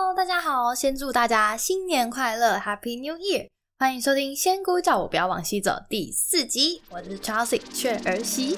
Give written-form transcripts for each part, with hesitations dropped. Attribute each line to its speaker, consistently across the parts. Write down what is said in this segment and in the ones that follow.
Speaker 1: Hello， 大家好，先祝大家新年快乐 Happy New Year， 欢迎收听仙姑叫我不要往西走第4集，我是 Chelsea 雀儿媳。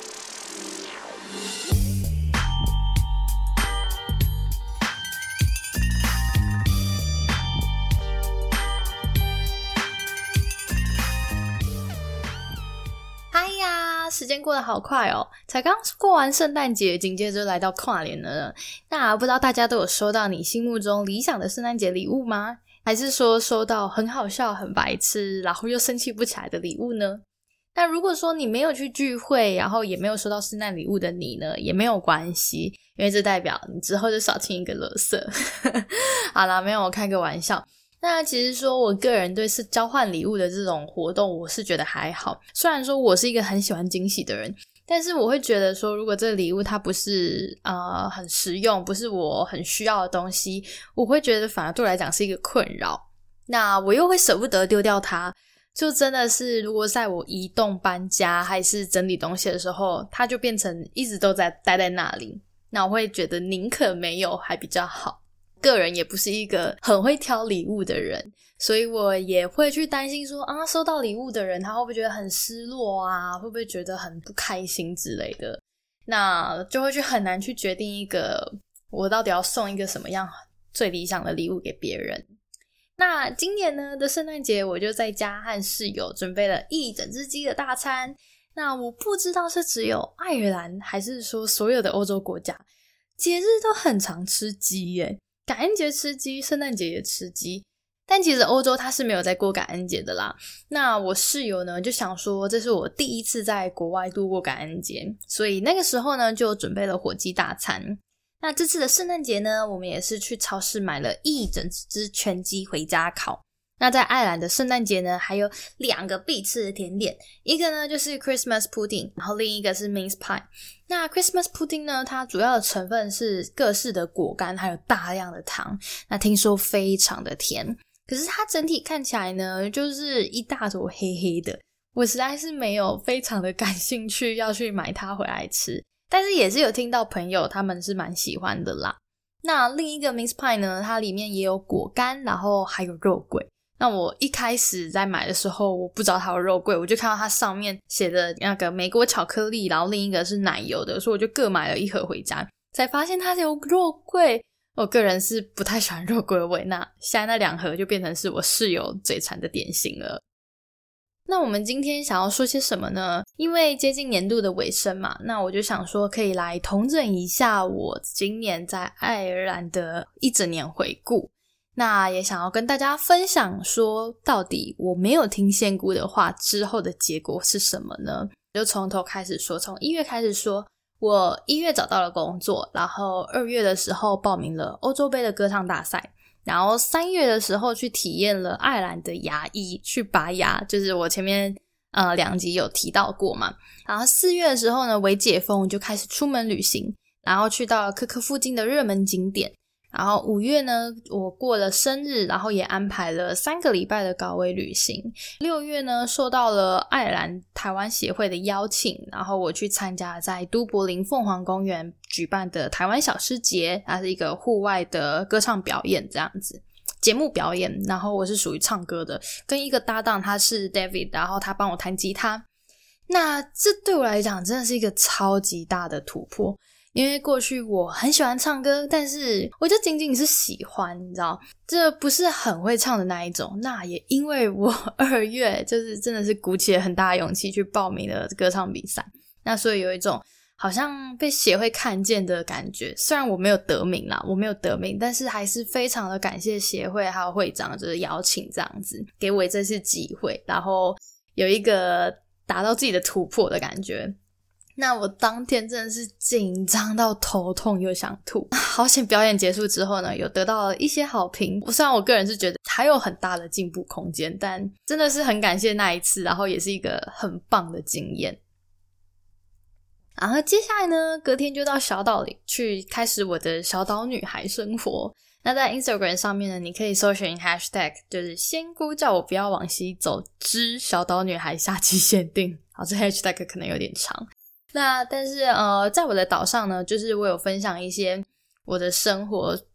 Speaker 1: 嗨呀，时间过得好快哦，才刚过完圣诞节，紧接着就来到跨年了呢。那不知道大家都有收到你心目中理想的圣诞节礼物吗？还是说收到很好笑、很白痴，然后又生气不起来的礼物呢？那如果说你没有去聚会，然后也没有收到圣诞礼物的你呢，也没有关系，因为这代表你之后就少清一个垃圾。好啦，没有，我开个玩笑。那其实说我个人对是交换礼物的这种活动我是觉得还好，虽然说我是一个很喜欢惊喜的人，但是我会觉得说如果这个礼物它不是很实用，不是我很需要的东西，我会觉得反而对我来讲是一个困扰，那我又会舍不得丢掉它，就真的是如果在我移动搬家还是整理东西的时候，它就变成一直都在待在那里，那我会觉得宁可没有还比较好。个人也不是一个很会挑礼物的人，所以我也会去担心说收到礼物的人他会不会觉得很失落啊，会不会觉得很不开心之类的，那就会很难去决定一个我到底要送一个什么样最理想的礼物给别人。那今年呢的圣诞节我就在家和室友准备了一整只鸡的大餐，那我不知道是只有爱尔兰还是说所有的欧洲国家节日都很常吃鸡耶，感恩节吃鸡，圣诞节也吃鸡，但其实欧洲它是没有在过感恩节的啦。那我室友呢就想说这是我第一次在国外度过感恩节，所以那个时候呢就准备了火鸡大餐。那这次的圣诞节呢我们也是去超市买了一整只全鸡回家烤。那在爱尔兰的圣诞节呢还有2个必吃的甜点，一个呢就是 Christmas pudding， 然后另一个是 mince pie。 那 Christmas pudding 呢它主要的成分是各式的果干还有大量的糖，那听说非常的甜，可是它整体看起来呢就是一大坨黑黑的，我实在是没有非常的感兴趣要去买它回来吃，但是也是有听到朋友他们是蛮喜欢的啦。那另一个 mince pie 呢它里面也有果干，然后还有肉桂。那我一开始在买的时候我不知道它有肉桂，我就看到它上面写的那个莓果巧克力，然后另一个是奶油的，所以我就各买了一盒回家，才发现它有肉桂。我个人是不太喜欢肉桂味，那现在那2盒就变成是我室友嘴馋的点心了。那我们今天想要说些什么呢？因为接近年度的尾声嘛，那我就想说可以来统整一下我今年在爱尔兰的一整年回顾，那也想要跟大家分享说到底我没有听仙姑的话之后的结果是什么呢？就从头开始说，从1月开始说，我1月找到了工作，然后2月的时候报名了欧洲杯的歌唱大赛，然后3月的时候去体验了爱尔兰的牙医，去拔牙，就是我前面2集有提到过嘛。然后4月的时候呢微解封就开始出门旅行，然后去到了科科附近的热门景点。然后5月呢我过了生日，然后也安排了3个礼拜的高危旅行。6月呢受到了爱尔兰台湾协会的邀请，然后我去参加在都柏林凤凰公园举办的台湾小吃节，它是一个户外的歌唱表演这样子，节目表演，然后我是属于唱歌的，跟一个搭档他是 David， 然后他帮我弹吉他。那这对我来讲真的是一个超级大的突破，因为过去我很喜欢唱歌，但是我就仅仅是喜欢，你知道，这不是很会唱的那一种。那也因为我2月就是真的是鼓起了很大的勇气去报名了歌唱比赛，那所以有一种好像被协会看见的感觉。虽然我没有得名啦，但是还是非常的感谢协会还有会长就是邀请这样子给我这次机会，然后有一个达到自己的突破的感觉。那我当天真的是紧张到头痛又想吐，好险表演结束之后呢有得到了一些好评，虽然我个人是觉得还有很大的进步空间，但真的是很感谢那一次，然后也是一个很棒的经验。然后接下来呢隔天就到小岛里去开始我的小岛女孩生活。那在 Instagram 上面呢你可以搜寻 hashtag 就是仙姑叫我不要往西走之小岛女孩夏季限定，好，这 hashtag 可能有点长。那但是在我的岛上呢就是我有分享一些我的生活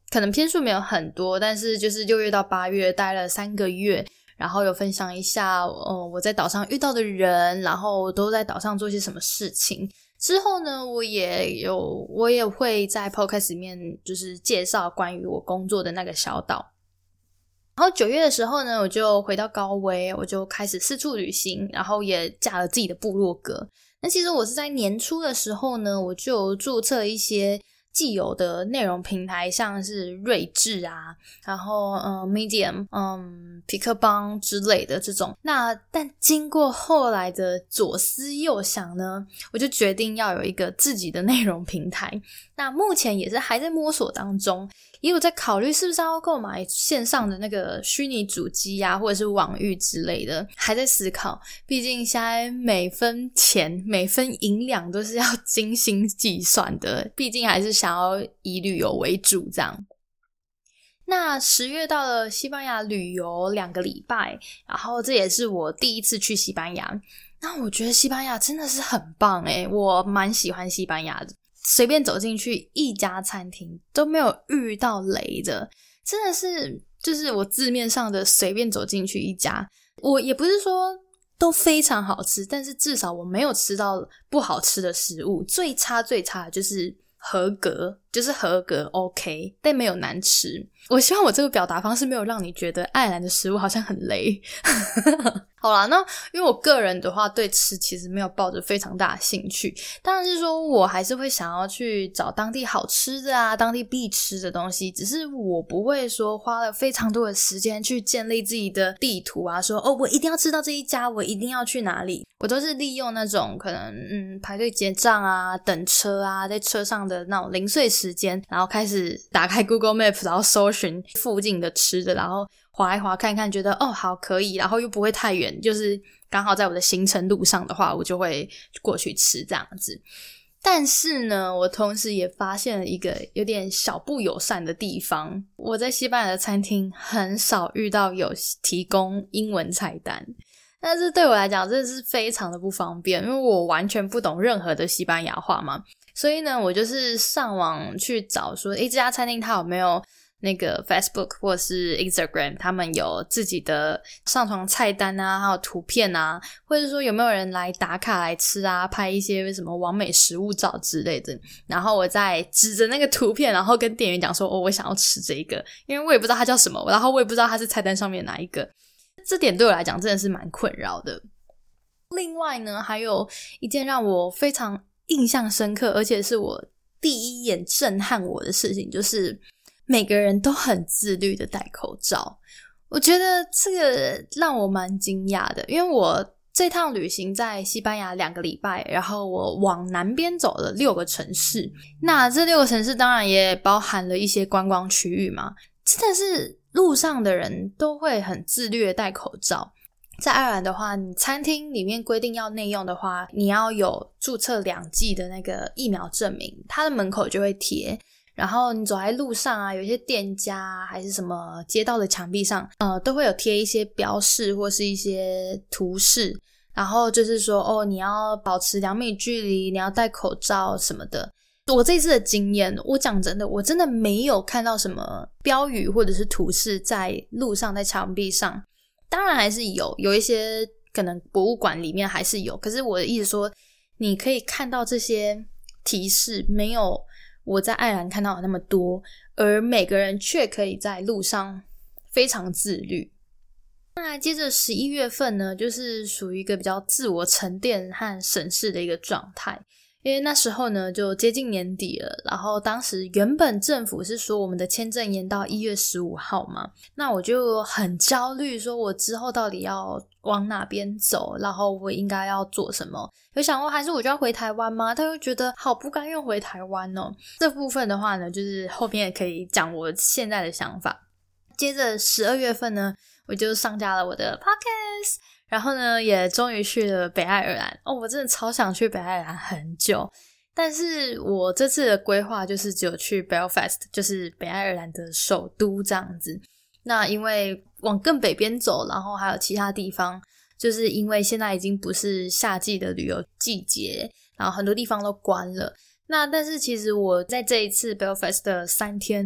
Speaker 1: 可能篇数没有很多，但是就是6月到8月待了3个月，然后有分享一下我在岛上遇到的人，然后都在岛上做些什么事情。之后呢，我也会在 podcast 里面就是介绍关于我工作的那个小岛。然后9月的时候呢，我就回到高威，我就开始四处旅行，然后也架了自己的部落格。那其实我是在年初的时候呢，我就有注册一些既有的内容平台，像是睿智啊，然后Medium、皮克邦之类的这种。但经过后来的左思右想呢，我就决定要有一个自己的内容平台。那目前也是还在摸索当中，也有在考虑是不是要购买线上的那个虚拟主机啊，或者是网域之类的，还在思考。毕竟现在每分钱每分银两都是要精心计算的，毕竟还是想要以旅游为主这样。那10月到了西班牙旅游2个礼拜，然后这也是我第一次去西班牙。那我觉得西班牙真的是很棒我蛮喜欢西班牙的。随便走进去一家餐厅都没有遇到雷的，真的是就是我字面上的随便走进去一家，我也不是说都非常好吃，但是至少我没有吃到不好吃的食物，最差的就是合格，就是合格 OK， 但没有难吃。我希望我这个表达方式没有让你觉得爱尔兰的食物好像很雷。好啦，那因为我个人的话对吃其实没有抱着非常大的兴趣，当然是说我还是会想要去找当地好吃的啊，当地必吃的东西，只是我不会说花了非常多的时间去建立自己的地图啊，说我一定要吃到这一家，我一定要去哪里。我都是利用那种可能排队结账啊，等车啊，在车上的那种零碎时间，然后开始打开 Google Map， 然后搜寻附近的吃的，然后滑一滑看看，觉得好可以，然后又不会太远，就是刚好在我的行程路上的话，我就会过去吃这样子。但是呢，我同时也发现了一个有点小不友善的地方，我在西班牙的餐厅很少遇到有提供英文菜单，但是对我来讲真的是非常的不方便，因为我完全不懂任何的西班牙话嘛，所以呢我就是上网去找说这家餐厅它有没有那个 Facebook 或是 Instagram 他们有自己的上传菜单啊，还有图片啊，或者说有没有人来打卡来吃啊，拍一些什么完美食物照之类的，然后我再指着那个图片，然后跟店员讲说我想要吃这个，因为我也不知道它叫什么，然后我也不知道它是菜单上面哪一个，这点对我来讲真的是蛮困扰的。另外呢，还有一件让我非常印象深刻，而且是我第一眼震撼我的事情，就是每个人都很自律的戴口罩。我觉得这个让我蛮惊讶的，因为我这趟旅行在西班牙2个礼拜，然后我往南边走了6个城市，那这6个城市当然也包含了一些观光区域嘛，真的是路上的人都会很自律的戴口罩。在爱尔兰的话，你餐厅里面规定要内用的话，你要有注册2剂的那个疫苗证明，它的门口就会贴，然后你走在路上啊，有些店家还是什么街道的墙壁上都会有贴一些标示或是一些图示，然后就是说你要保持2米距离，你要戴口罩什么的。我这次的经验，我讲真的，我真的没有看到什么标语或者是图示在路上在墙壁上，当然还是有一些可能博物馆里面还是有，可是我的意思说你可以看到这些提示没有我在爱尔兰看到的那么多，而每个人却可以在路上非常自律。那接着11月份呢，就是属于一个比较自我沉淀和审视的一个状态，因为那时候呢就接近年底了，然后当时原本政府是说我们的签证延到1月15号嘛，那我就很焦虑，说我之后到底要往哪边走，然后我应该要做什么，有想过还是我就要回台湾吗？他又觉得好不甘愿回台湾哦。这部分的话呢，就是后面也可以讲我现在的想法。接着12月份呢，我就上架了我的 podcast， 然后呢也终于去了北爱尔兰。我真的超想去北爱尔兰很久，但是我这次的规划就是只有去 Belfast， 就是北爱尔兰的首都这样子。那因为往更北边走，然后还有其他地方，就是因为现在已经不是夏季的旅游季节，然后很多地方都关了。那但是其实我在这一次 Belfast 的3天，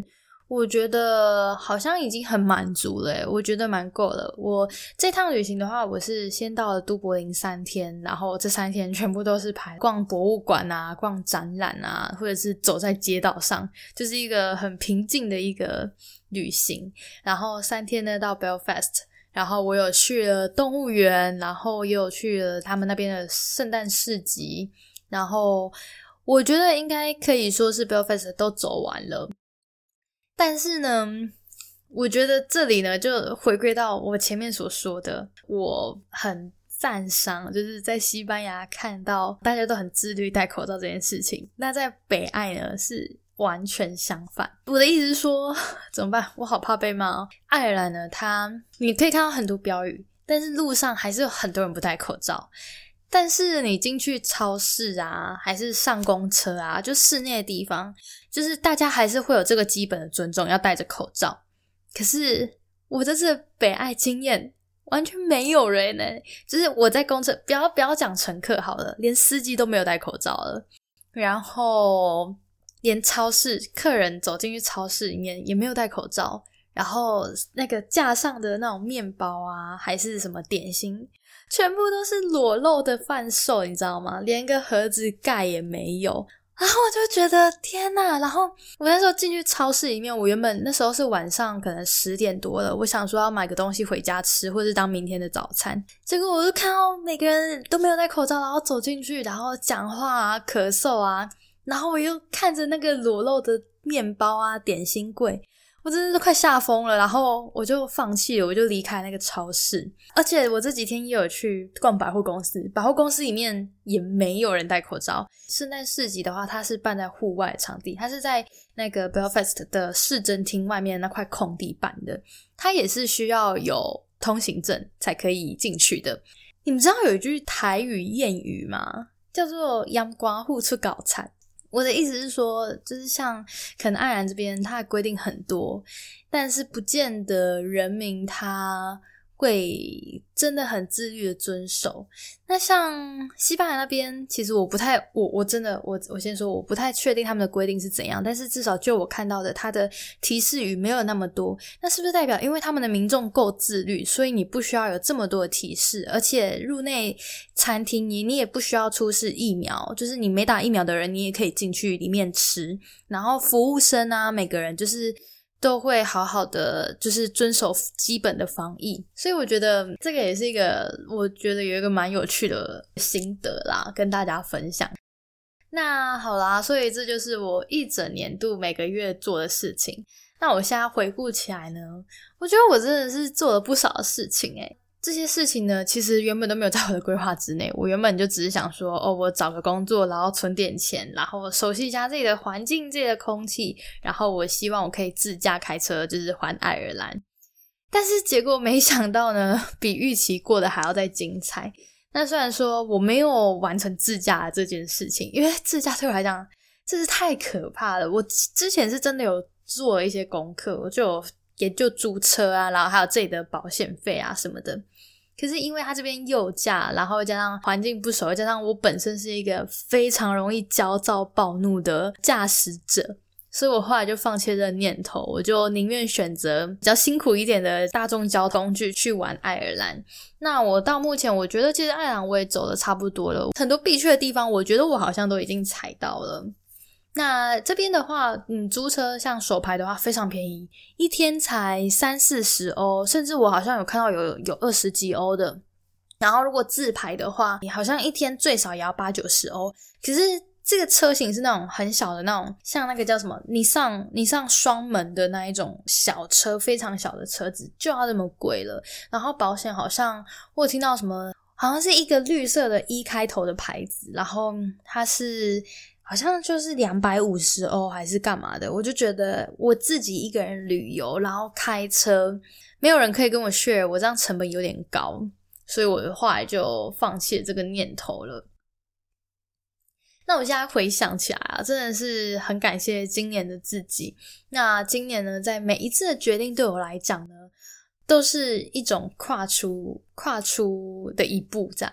Speaker 1: 我觉得好像已经很满足了耶，我觉得蛮够了。我这趟旅行的话，我是先到了都柏林3天，然后这3天全部都是排逛博物馆啊、逛展览啊，或者是走在街道上，就是一个很平静的一个旅行。然后3天呢到 Belfast， 然后我有去了动物园，然后也有去了他们那边的圣诞市集，然后我觉得应该可以说是 Belfast 都走完了。但是呢，我觉得这里呢就回归到我前面所说的，我很赞赏就是在西班牙看到大家都很自律戴口罩这件事情。那在北爱呢是完全相反。我的意思是说，怎么办？我好怕被骂哦。爱尔兰呢，你可以看到很多标语，但是路上还是有很多人不戴口罩。但是你进去超市啊，还是上公车啊，就室内的地方，就是大家还是会有这个基本的尊重，要戴着口罩。可是我这次北爱经验完全没有人呢，就是我在公车，不要讲乘客好了，连司机都没有戴口罩了，然后连超市客人走进去超市里面也没有戴口罩，然后那个架上的那种面包啊，还是什么点心，全部都是裸露的贩售，你知道吗？连个盒子盖也没有。然后我就觉得天哪，然后我那时候进去超市里面，我原本那时候是晚上可能10点多了，我想说要买个东西回家吃，或是当明天的早餐，结果我就看到每个人都没有戴口罩，然后走进去，然后讲话啊、咳嗽啊，然后我又看着那个裸露的面包啊、点心柜，我真的都快吓疯了，然后我就放弃了，我就离开那个超市。而且我这几天也有去逛百货公司，百货公司里面也没有人戴口罩。圣诞市集的话，它是办在户外场地，它是在那个 Belfast 的市政厅外面那块空地办的，它也是需要有通行证才可以进去的。你们知道有一句台语谚语吗？叫做阳光户出搞惨。我的意思是说，就是像可能爱尔兰这边它的规定很多，但是不见得人民他会真的很自律的遵守。那像西班牙那边，其实我不太，我真的我先说，我不太确定他们的规定是怎样，但是至少就我看到的，它的提示语没有那么多。那是不是代表因为他们的民众够自律，所以你不需要有这么多的提示，而且入内餐厅你也不需要出示疫苗，就是你没打疫苗的人你也可以进去里面吃，然后服务生啊每个人就是都会好好的就是遵守基本的防疫。所以我觉得这个也是一个我觉得有一个蛮有趣的心得啦，跟大家分享。那好啦，所以这就是我一整年度每个月做的事情。那我现在回顾起来呢，我觉得我真的是做了不少的事情欸。这些事情呢，其实原本都没有在我的规划之内。我原本就只是想说，我找个工作，然后存点钱，然后熟悉一下自己的环境、自己的空气，然后我希望我可以自驾开车，就是环爱尔兰。但是结果没想到呢，比预期过得还要再精彩。那虽然说我没有完成自驾的这件事情，因为自驾对我来讲真是太可怕了。我之前是真的有做了一些功课，我就有研究租车啊，然后还有自己的保险费啊什么的。可是因为他这边右驾，然后加上环境不熟，加上我本身是一个非常容易焦躁暴怒的驾驶者，所以我后来就放弃这个念头，我就宁愿选择比较辛苦一点的大众交通工具去玩爱尔兰。那我到目前我觉得其实爱尔兰我也走得差不多了，很多必去的地方我觉得我好像都已经踩到了。那这边的话租车像手排的话非常便宜，一天才30-40欧，甚至我好像有看到有20几欧的。然后如果自排的话，你好像一天最少也要80-90欧。可是这个车型是那种很小的那种，像那个叫什么你上双门的那一种小车，非常小的车子就要这么贵了。然后保险好像我有听到什么，好像是一个绿色的E开头的牌子，然后它是好像就是250欧还是干嘛的。我就觉得我自己一个人旅游，然后开车没有人可以跟我 share， 我这样成本有点高，所以我后来就放弃了这个念头了。那我现在回想起来啊，真的是很感谢今年的自己。那今年呢，在每一次的决定对我来讲呢，都是一种跨出的一步这样。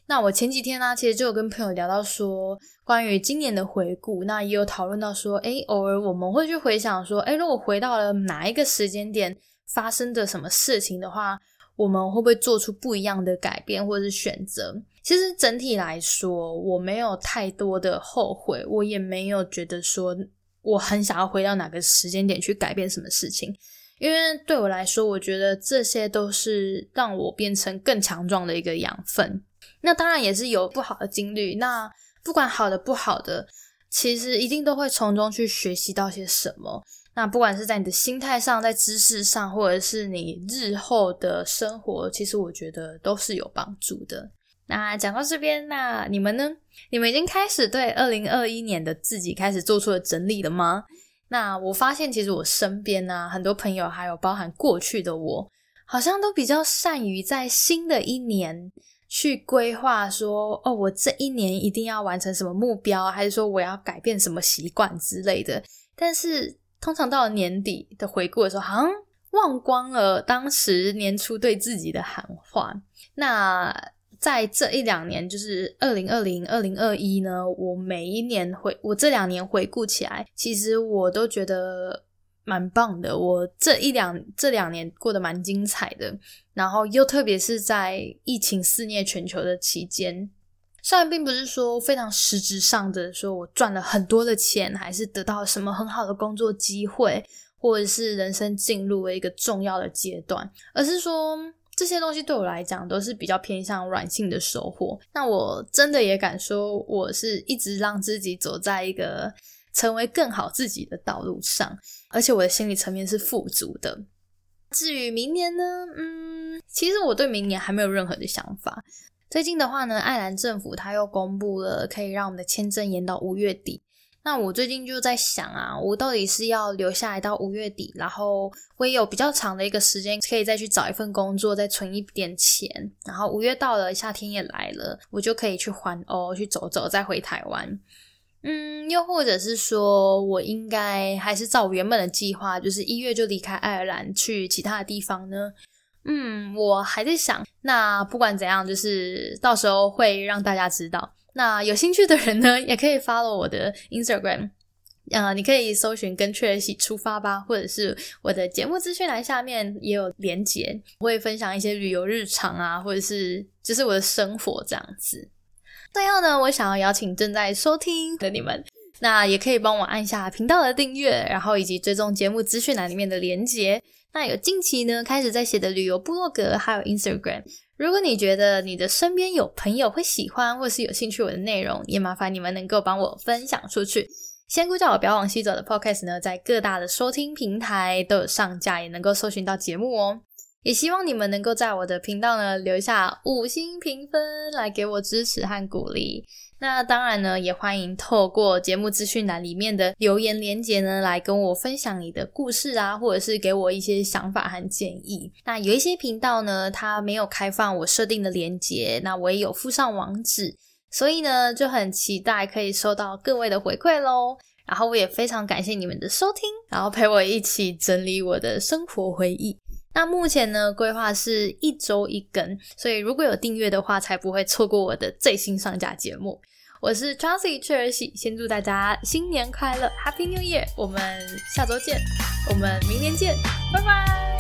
Speaker 1: 那我前几天呢，其实就有跟朋友聊到说关于今年的回顾，那也有讨论到说偶尔我们会去回想说如果回到了哪一个时间点发生的什么事情的话，我们会不会做出不一样的改变或者是选择。其实整体来说我没有太多的后悔，我也没有觉得说我很想要回到哪个时间点去改变什么事情，因为对我来说我觉得这些都是让我变成更强壮的一个养分。那当然也是有不好的经历，那不管好的不好的，其实一定都会从中去学习到些什么，那不管是在你的心态上，在知识上，或者是你日后的生活，其实我觉得都是有帮助的。那讲到这边，那你们呢？你们已经开始对2021年的自己开始做出了整理了吗？那我发现其实我身边啊，很多朋友还有包含过去的我，好像都比较善于在新的一年去规划说我这一年一定要完成什么目标，还是说我要改变什么习惯之类的。但是通常到了年底的回顾的时候，好像忘光了当时年初对自己的喊话。那在这一两年，就是2020、2021呢，我这2年回顾起来，其实我都觉得蛮棒的。我这两年过得蛮精彩的，然后又特别是在疫情肆虐全球的期间，虽然并不是说非常实质上的说我赚了很多的钱，还是得到了什么很好的工作机会，或者是人生进入了一个重要的阶段，而是说这些东西对我来讲都是比较偏向软性的收获。那我真的也敢说我是一直让自己走在一个成为更好自己的道路上，而且我的心理层面是富足的。至于明年呢，其实我对明年还没有任何的想法。最近的话呢，爱尔兰政府它又公布了可以让我们的签证延到5月底。那我最近就在想啊，我到底是要留下来到5月底，然后我也有比较长的一个时间可以再去找一份工作，再存一点钱，然后5月到了，夏天也来了，我就可以去环欧去走走，再回台湾。又或者是说我应该还是照我原本的计划，就是1月就离开爱尔兰去其他的地方呢？我还在想。那不管怎样，就是到时候会让大家知道。那有兴趣的人呢，也可以 follow 我的 Instagram，你可以搜寻跟雀儿一起出发吧，或者是我的节目资讯栏下面也有连结，我会分享一些旅游日常啊，或者是就是我的生活这样子。最后呢，我想要邀请正在收听的你们，那也可以帮我按下频道的订阅，然后以及追踪节目资讯栏里面的连结。那有近期呢开始在写的旅游部落格还有 Instagram， 如果你觉得你的身边有朋友会喜欢或是有兴趣我的内容，也麻烦你们能够帮我分享出去。仙姑叫我不要往西走的 Podcast 呢，在各大的收听平台都有上架，也能够搜寻到节目哦。也希望你们能够在我的频道呢留下5星评分来给我支持和鼓励。那当然呢，也欢迎透过节目资讯栏里面的留言连结呢，来跟我分享你的故事啊，或者是给我一些想法和建议。那有一些频道呢，它没有开放我设定的连结，那我也有附上网址，所以呢，就很期待可以收到各位的回馈咯。然后我也非常感谢你们的收听，然后陪我一起整理我的生活回忆。那目前呢，规划是1周1更，所以如果有订阅的话，才不会错过我的最新上架节目。我是 Chelsea 雀儿喜，先祝大家新年快乐 Happy New Year， 我们下周见，我们明年见，拜拜。